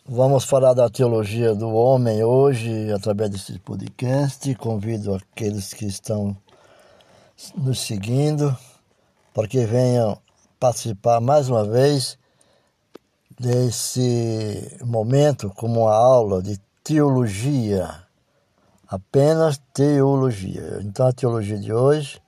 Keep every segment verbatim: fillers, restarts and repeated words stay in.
Vamos falar da teologia do homem hoje, através desse podcast. Convido aqueles que estão nos seguindo para que venham participar mais uma vez desse momento como uma aula de teologia, apenas teologia. Então a teologia de hoje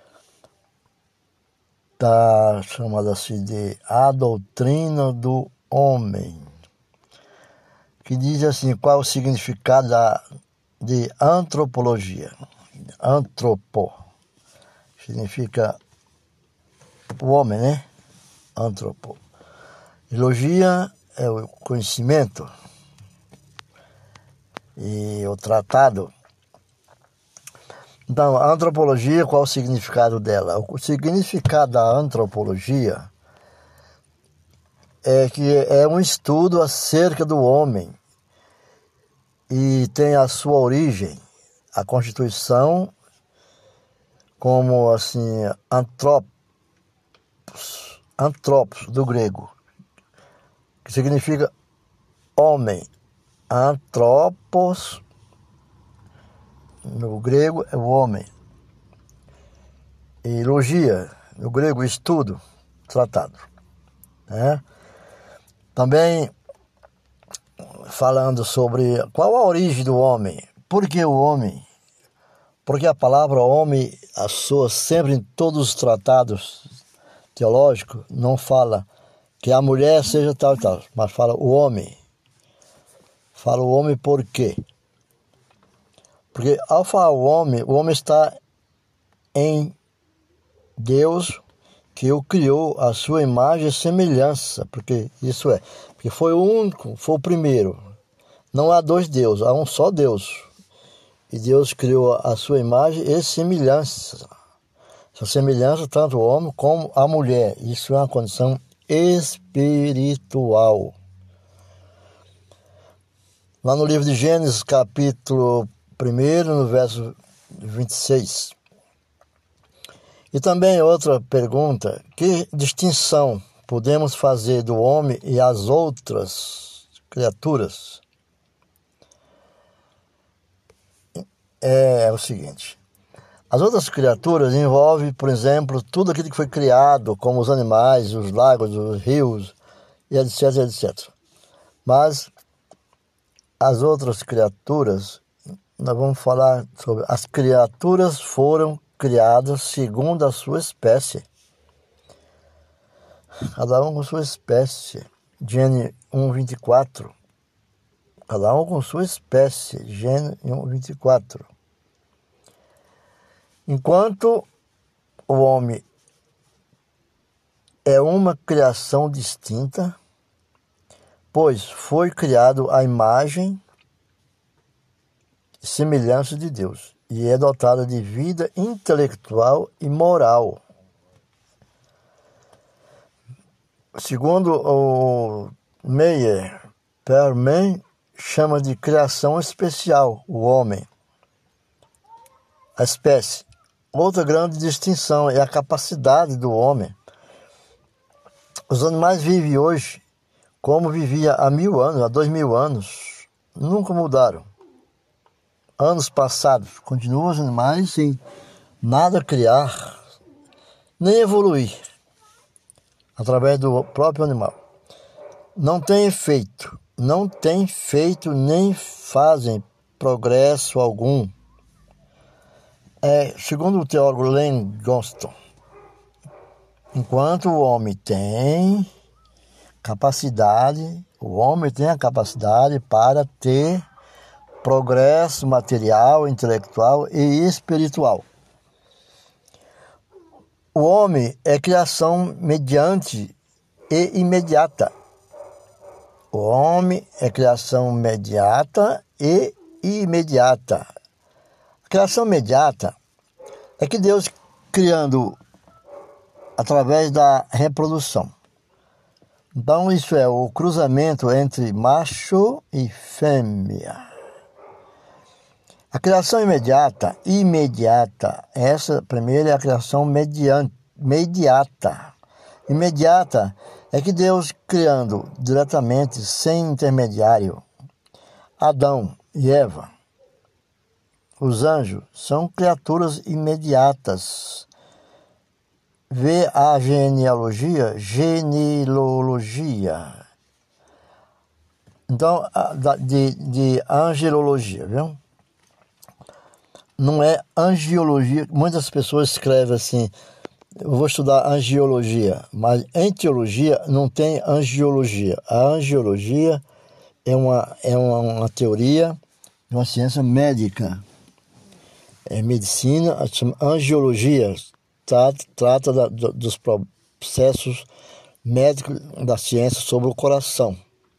está chamada assim de A Doutrina do Homem, que diz assim, qual é o significado da, de antropologia. Antropo significa o homem, né? Antropo. Logia é o conhecimento e o tratado. Então, a antropologia, qual é o significado dela? O significado da antropologia é que é um estudo acerca do homem e tem a sua origem, a constituição, como assim, antropos, antropos do grego, que significa homem. Antropos, no grego, é o homem. E logia, no grego, estudo, tratado, né? Também falando sobre qual a origem do homem. Por que o homem? Porque a palavra homem assoa sempre em todos os tratados teológicos, não fala que a mulher seja tal e tal, mas fala o homem. Fala o homem por quê? Porque ao falar o homem, o homem está em Deus, que o criou a sua imagem e semelhança, porque isso é, porque foi o único, foi o primeiro. Não há dois deuses, há um só Deus. E Deus criou a sua imagem e semelhança. Essa semelhança, tanto o homem como a mulher. Isso é uma condição espiritual. Lá no livro de Gênesis, capítulo primeiro, no verso vinte e seis. E também outra pergunta, que distinção podemos fazer do homem e as outras criaturas? É, é o seguinte, as outras criaturas envolvem, por exemplo, tudo aquilo que foi criado, como os animais, os lagos, os rios, e etc, etcétera. Mas as outras criaturas, nós vamos falar sobre as criaturas foram criadas segundo a sua espécie. Cada um com sua espécie. Gênesis um, vinte e quatro. Cada um com sua espécie. Gênesis um, vinte e quatro. Enquanto o homem é uma criação distinta, pois foi criado à imagem e semelhança de Deus, e é dotado de vida intelectual e moral. Segundo o Meyer Perman, chama de criação especial o homem, a espécie. Outra grande distinção é a capacidade do homem. Os animais vivem hoje como vivia há mil anos, há dois mil anos. Nunca mudaram. Anos passados, continuam os animais sem nada criar, nem evoluir, através do próprio animal. Não tem feito, não tem feito nem fazem progresso algum. É, segundo o teólogo Len Johnston, enquanto o homem tem capacidade, o homem tem a capacidade para ter progresso material, intelectual e espiritual. O homem é criação mediante e imediata. O homem é criação imediata e imediata. A criação imediata é que Deus criando através da reprodução. Então isso é o cruzamento entre macho e fêmea. A criação imediata, imediata, essa primeira é a criação mediante, imediata. Imediata é que Deus, criando diretamente, sem intermediário, Adão e Eva, os anjos, são criaturas imediatas. Vê a genealogia, genealogia. Então, de, de angelologia, viu? Não é angiologia. Muitas pessoas escrevem assim, eu vou estudar angiologia, mas em teologia não tem angiologia. A angiologia é uma, é uma, uma teoria, uma ciência médica. É medicina, a angiologia trata, trata da, dos processos médicos da ciência sobre o coração.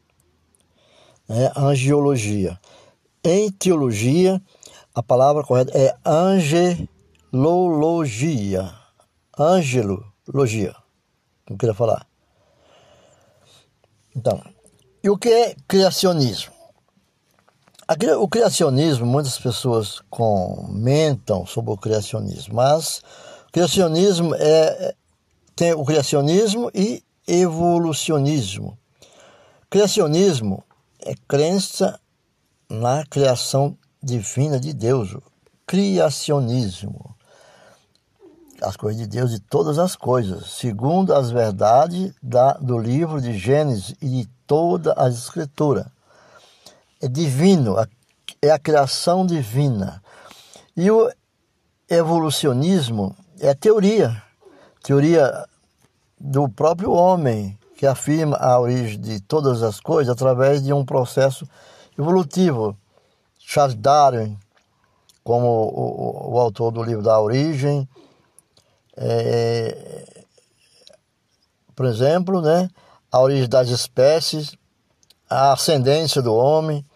É angiologia. Em teologia, a palavra correta é angelologia. Angelologia, eu queria falar. Então, e o que é criacionismo? O criacionismo, muitas pessoas comentam sobre o criacionismo, mas o criacionismo é, tem o criacionismo e evolucionismo. Criacionismo é crença na criação divina de Deus, criacionismo, as coisas de Deus e todas as coisas, segundo as verdades da, do livro de Gênesis e de toda a Escritura. É divino, é a criação divina. E o evolucionismo é teoria, teoria do próprio homem, que afirma a origem de todas as coisas através de um processo evolutivo. Charles Darwin, como o, o, o autor do livro da Origem, é, por exemplo, né, a origem das espécies, a ascendência do homem,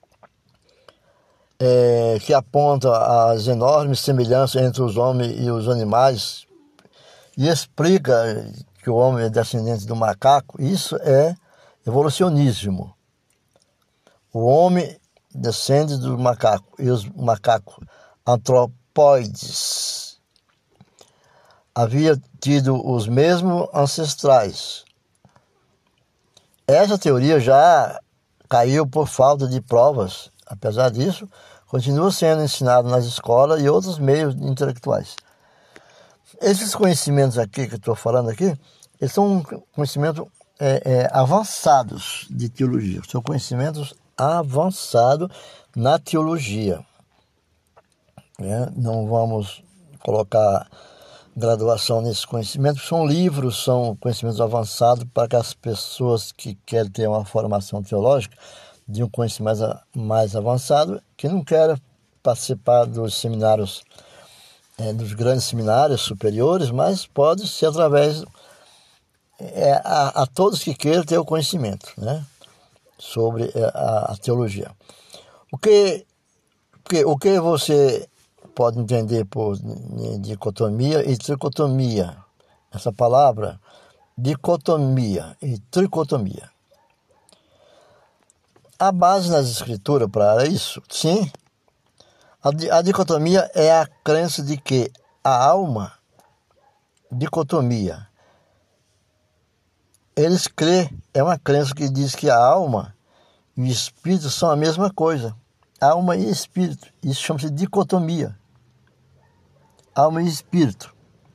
é, que aponta as enormes semelhanças entre os homens e os animais e explica que o homem é descendente do macaco. Isso é evolucionismo. O homem descende do macaco e os macacos antropóides havia tido os mesmos ancestrais. Essa teoria já caiu por falta de provas. Apesar disso, continua sendo ensinado nas escolas e outros meios intelectuais. Esses conhecimentos aqui que eu estou falando aqui, eles são conhecimentos é, é, avançados de teologia. São conhecimentos avançados na teologia. É, não vamos colocar graduação nesses conhecimentos. São livros, são conhecimentos avançados para que as pessoas que querem ter uma formação teológica de um conhecimento mais, mais avançado, que não querem participar dos seminários, é, dos grandes seminários superiores, mas pode ser através é, a, a todos que queiram ter o conhecimento, né, sobre a, a teologia. O que, que, o que você pode entender por dicotomia e tricotomia? Essa palavra, dicotomia e tricotomia. A base nas escrituras para isso, sim. A, a dicotomia é a crença de que a alma, dicotomia, eles crê, é uma crença que diz que a alma e o espírito são a mesma coisa. Alma e espírito. Isso chama-se dicotomia. Alma e espírito.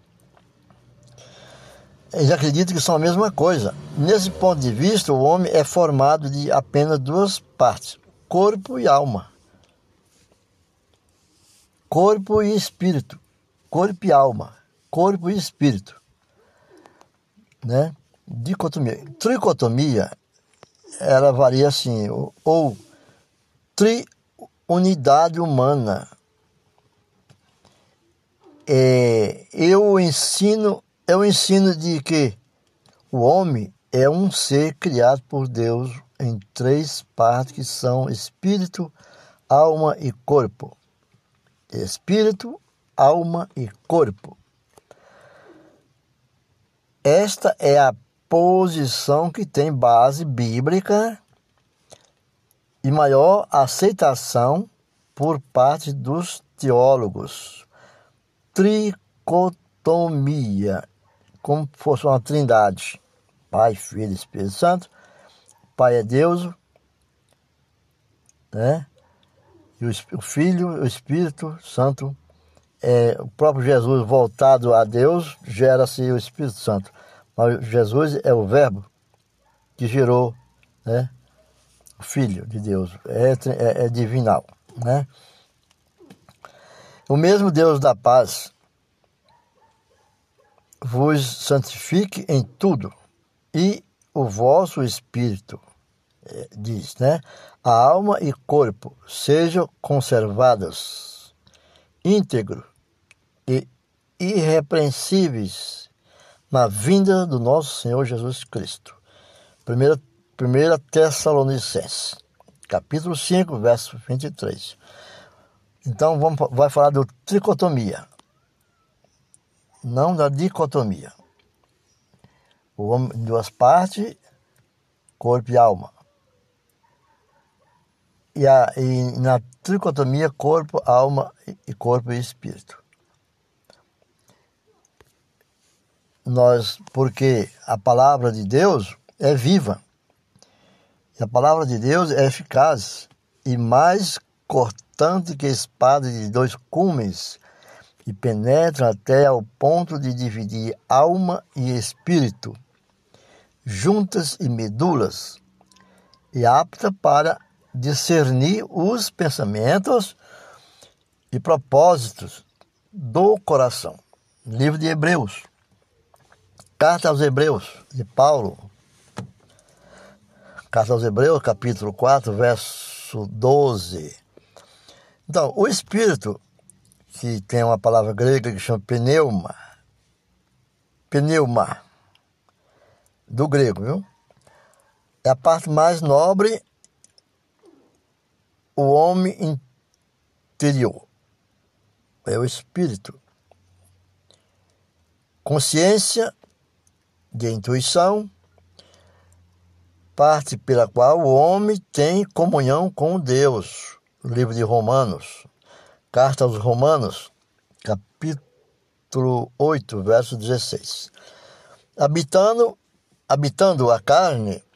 Eles acreditam que são a mesma coisa. Nesse ponto de vista, o homem é formado de apenas duas partes: corpo e alma. Corpo e espírito. Corpo e alma. Corpo e espírito. Né? Dicotomia. Tricotomia, ela varia assim, ou, ou triunidade humana. É, eu ensino, eu ensino de que o homem é um ser criado por Deus em três partes que são espírito, alma e corpo. Espírito, alma e corpo. Esta é a posição que tem base bíblica e maior aceitação por parte dos teólogos. Tricotomia, como fosse uma trindade, Pai, Filho e Espírito Santo. Pai é Deus, né? E o Filho, o Espírito Santo, é o próprio Jesus voltado a Deus, gera-se o Espírito Santo. Mas Jesus é o Verbo que gerou, né, o Filho de Deus, é, é, é divinal, né? O mesmo Deus da paz vos santifique em tudo, e o vosso espírito, diz, né? A alma e corpo sejam conservados íntegro e irrepreensíveis na vinda do nosso Senhor Jesus Cristo. Primeira, primeira Tessalonicenses, capítulo cinco, verso vinte e três. Então, vamos, vai falar da tricotomia, não da dicotomia. O homem em duas partes, corpo e alma. E, a, e na tricotomia, corpo, alma e corpo e espírito. Nós, porque a palavra de Deus é viva. E a palavra de Deus é eficaz e mais cortante que espada de dois gumes, e penetra até ao ponto de dividir alma e espírito, juntas e medulas, e apta para discernir os pensamentos e propósitos do coração. Livro de Hebreus. Carta aos Hebreus, de Paulo. Carta aos Hebreus, capítulo quatro, verso doze. Então, o Espírito, que tem uma palavra grega que chama pneuma, pneuma, do grego, viu? É a parte mais nobre, o homem interior. É o Espírito. Consciência de intuição, parte pela qual o homem tem comunhão com Deus. Livro de Romanos, Carta aos Romanos, capítulo oito, verso dezesseis. Habitando, habitando a carne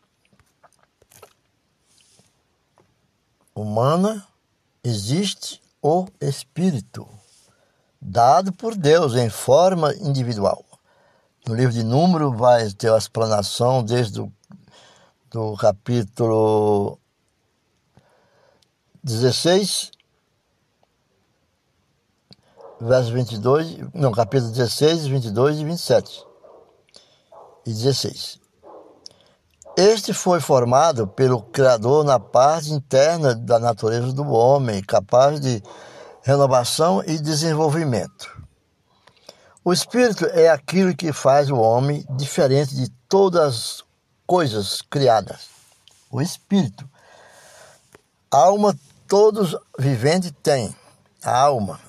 humana, existe o Espírito, dado por Deus em forma individual. No livro de Números vai ter a explanação desde o do capítulo dezesseis, verso vinte e dois, não, capítulo dezesseis, vinte e dois e vinte e sete e dezesseis. Este foi formado pelo Criador na parte interna da natureza do homem, capaz de renovação e desenvolvimento. O Espírito é aquilo que faz o homem diferente de todas as coisas criadas. O Espírito. A alma, todos viventes têm a alma,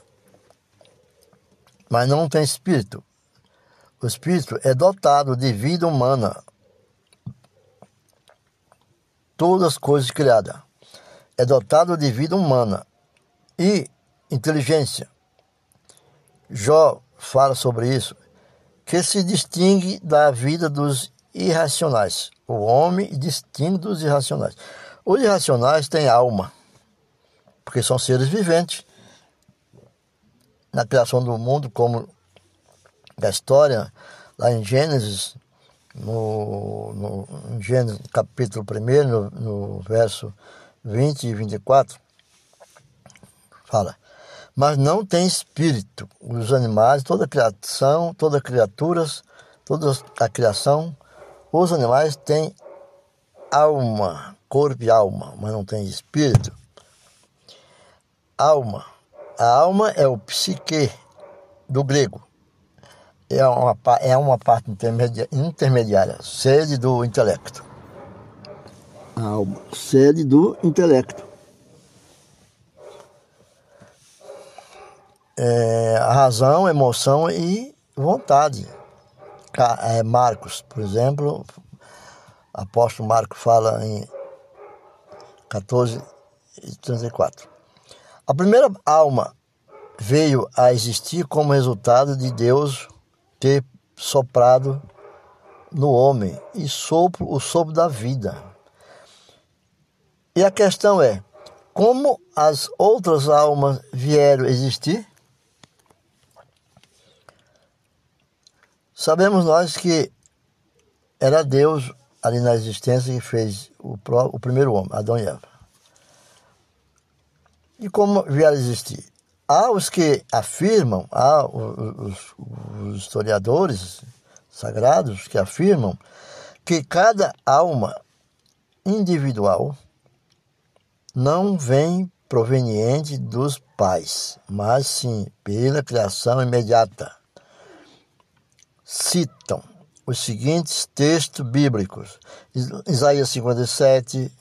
mas não tem espírito. O Espírito é dotado de vida humana. Todas as coisas criadas. É dotado de vida humana e inteligência. Jó fala sobre isso, que se distingue da vida dos irracionais. O homem distingue dos irracionais. Os irracionais têm alma, porque são seres viventes. Na criação do mundo, como da história, lá em Gênesis, no, no em Gênesis capítulo um, no, no verso vinte e vinte e quatro, fala: mas não tem espírito. Os animais, toda a criação, toda a criaturas, toda a criação, os animais têm alma, corpo e alma, mas não tem espírito. Alma. A alma é o psique do grego. É uma, é uma parte intermedia, intermediária, sede do intelecto. A alma, sede do intelecto. É a razão, emoção e vontade. É Marcos, por exemplo, o apóstolo Marcos fala em quatorze e trinta e quatro. A primeira alma veio a existir como resultado de Deus ter soprado no homem e sopro, o sopro da vida. E a questão é, como as outras almas vieram a existir? Sabemos nós que era Deus ali na existência que fez o, o primeiro homem, Adão e Eva. E como vieram a existir? Há os que afirmam, há os, os historiadores sagrados que afirmam que cada alma individual não vem proveniente dos pais, mas sim pela criação imediata. Citam os seguintes textos bíblicos: Isaías cinquenta e sete,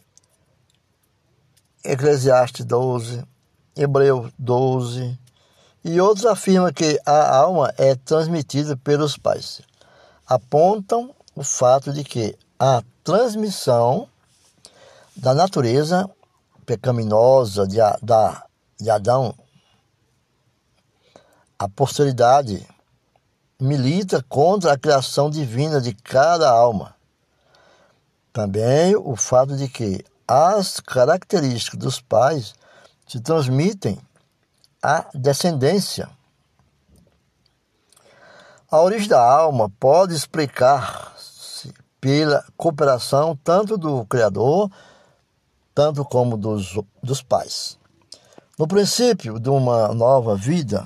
Eclesiastes doze, Hebreus doze, e outros afirmam que a alma é transmitida pelos pais. Apontam o fato de que a transmissão da natureza pecaminosa de, da, de Adão, a posteridade milita contra a criação divina de cada alma. Também o fato de que as características dos pais se transmitem à descendência. A origem da alma pode explicar-se pela cooperação tanto do Criador, tanto como dos, dos pais. No princípio de uma nova vida,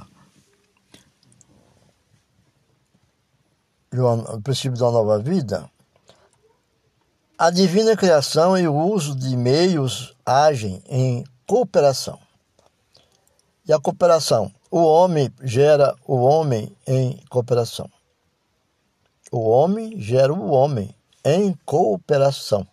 no princípio de uma nova vida, a divina criação e o uso de meios agem em cooperação. E a cooperação, o homem gera o homem em cooperação. O homem gera o homem em cooperação.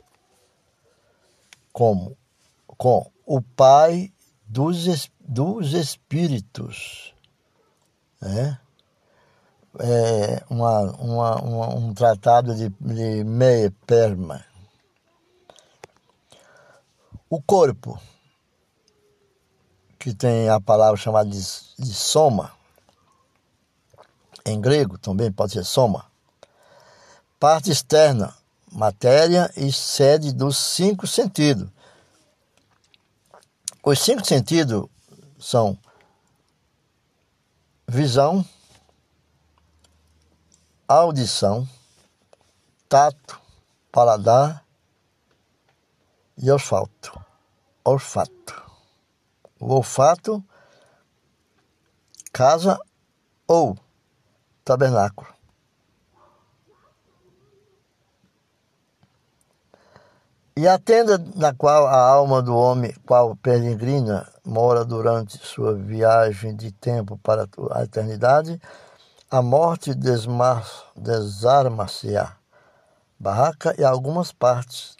Como? Com o Pai dos, dos Espíritos. Né? É uma, uma, uma, um tratado de, de Meia-Perma. O corpo, que tem a palavra chamada de, de soma, em grego também pode ser soma. Parte externa, matéria e sede dos cinco sentidos. Os cinco sentidos são visão, audição, tato, paladar e olfato. Olfato. O olfato, casa ou tabernáculo. E a tenda na qual a alma do homem, qual peregrina, mora durante sua viagem de tempo para a eternidade, a morte desarma-se-á, barraca e algumas partes.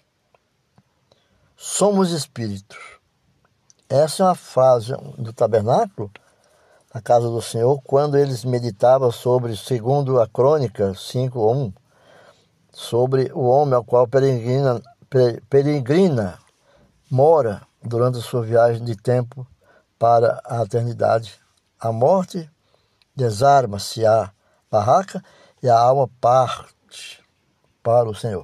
Somos espíritos. Essa é uma frase do tabernáculo, na casa do Senhor, quando eles meditavam sobre, segundo a Crônica cinco um, sobre o homem ao qual peregrina, peregrina mora durante a sua viagem de tempo para a eternidade. A morte desarma-se a barraca e a alma parte para o Senhor.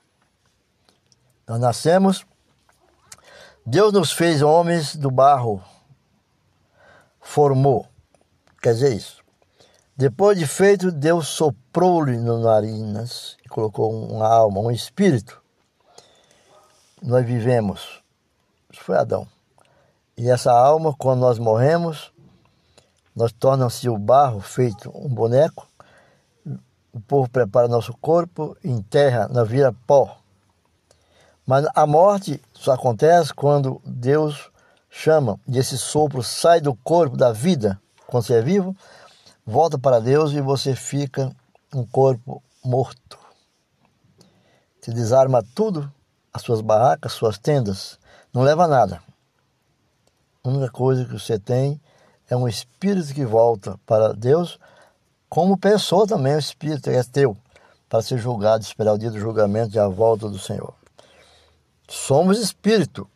Nós nascemos, Deus nos fez homens do barro, formou, quer dizer isso. Depois de feito, Deus soprou-lhe no narinas e colocou uma alma, um espírito. Nós vivemos, isso foi Adão. E essa alma, quando nós morremos, nós tornamos-se o barro feito um boneco, o povo prepara nosso corpo, enterra, nós vira pó. Mas a morte só acontece quando Deus chama e esse sopro sai do corpo da vida, quando você é vivo, volta para Deus e você fica um corpo morto. Se desarma tudo, as suas barracas, suas tendas, não leva nada. A única coisa que você tem é um espírito que volta para Deus, como pessoa também, o espírito é teu, para ser julgado, esperar o dia do julgamento e a volta do Senhor. Somos espírito.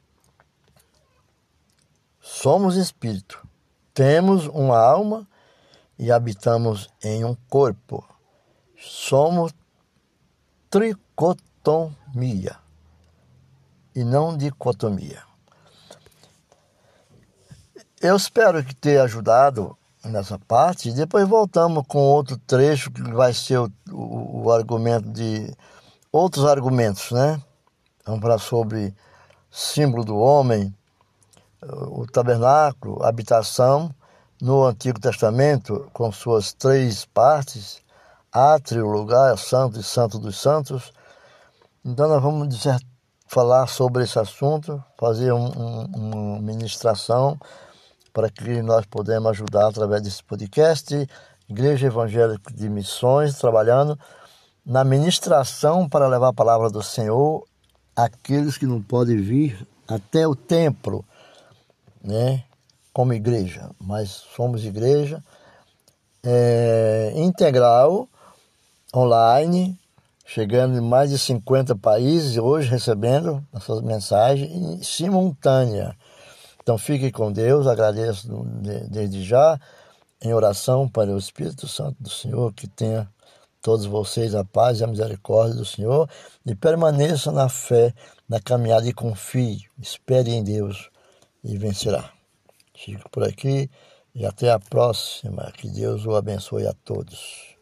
Somos espírito. Temos uma alma e habitamos em um corpo. Somos tricotomia e não dicotomia. Eu espero que tenha ajudado nessa parte, e depois voltamos com outro trecho que vai ser o, o, o argumento de outros argumentos, né? Vamos falar sobre símbolo do homem, o tabernáculo, a habitação no Antigo Testamento, com suas três partes, átrio, lugar santo e santo dos santos. Então nós vamos dizer, falar sobre esse assunto, fazer um, um, uma ministração para que nós podemos ajudar através desse podcast, Igreja Evangélica de Missões, trabalhando na ministração para levar a palavra do Senhor àqueles que não podem vir até o templo, né, como igreja. Mas somos igreja é, integral, online, chegando em mais de cinquenta países, hoje recebendo essas mensagens em simultânea. Então fique com Deus, agradeço desde já, em oração para o Espírito Santo do Senhor, que tenha todos vocês a paz e a misericórdia do Senhor, e permaneça na fé, na caminhada e confie, espere em Deus e vencerá. Fico por aqui e até a próxima, que Deus o abençoe a todos.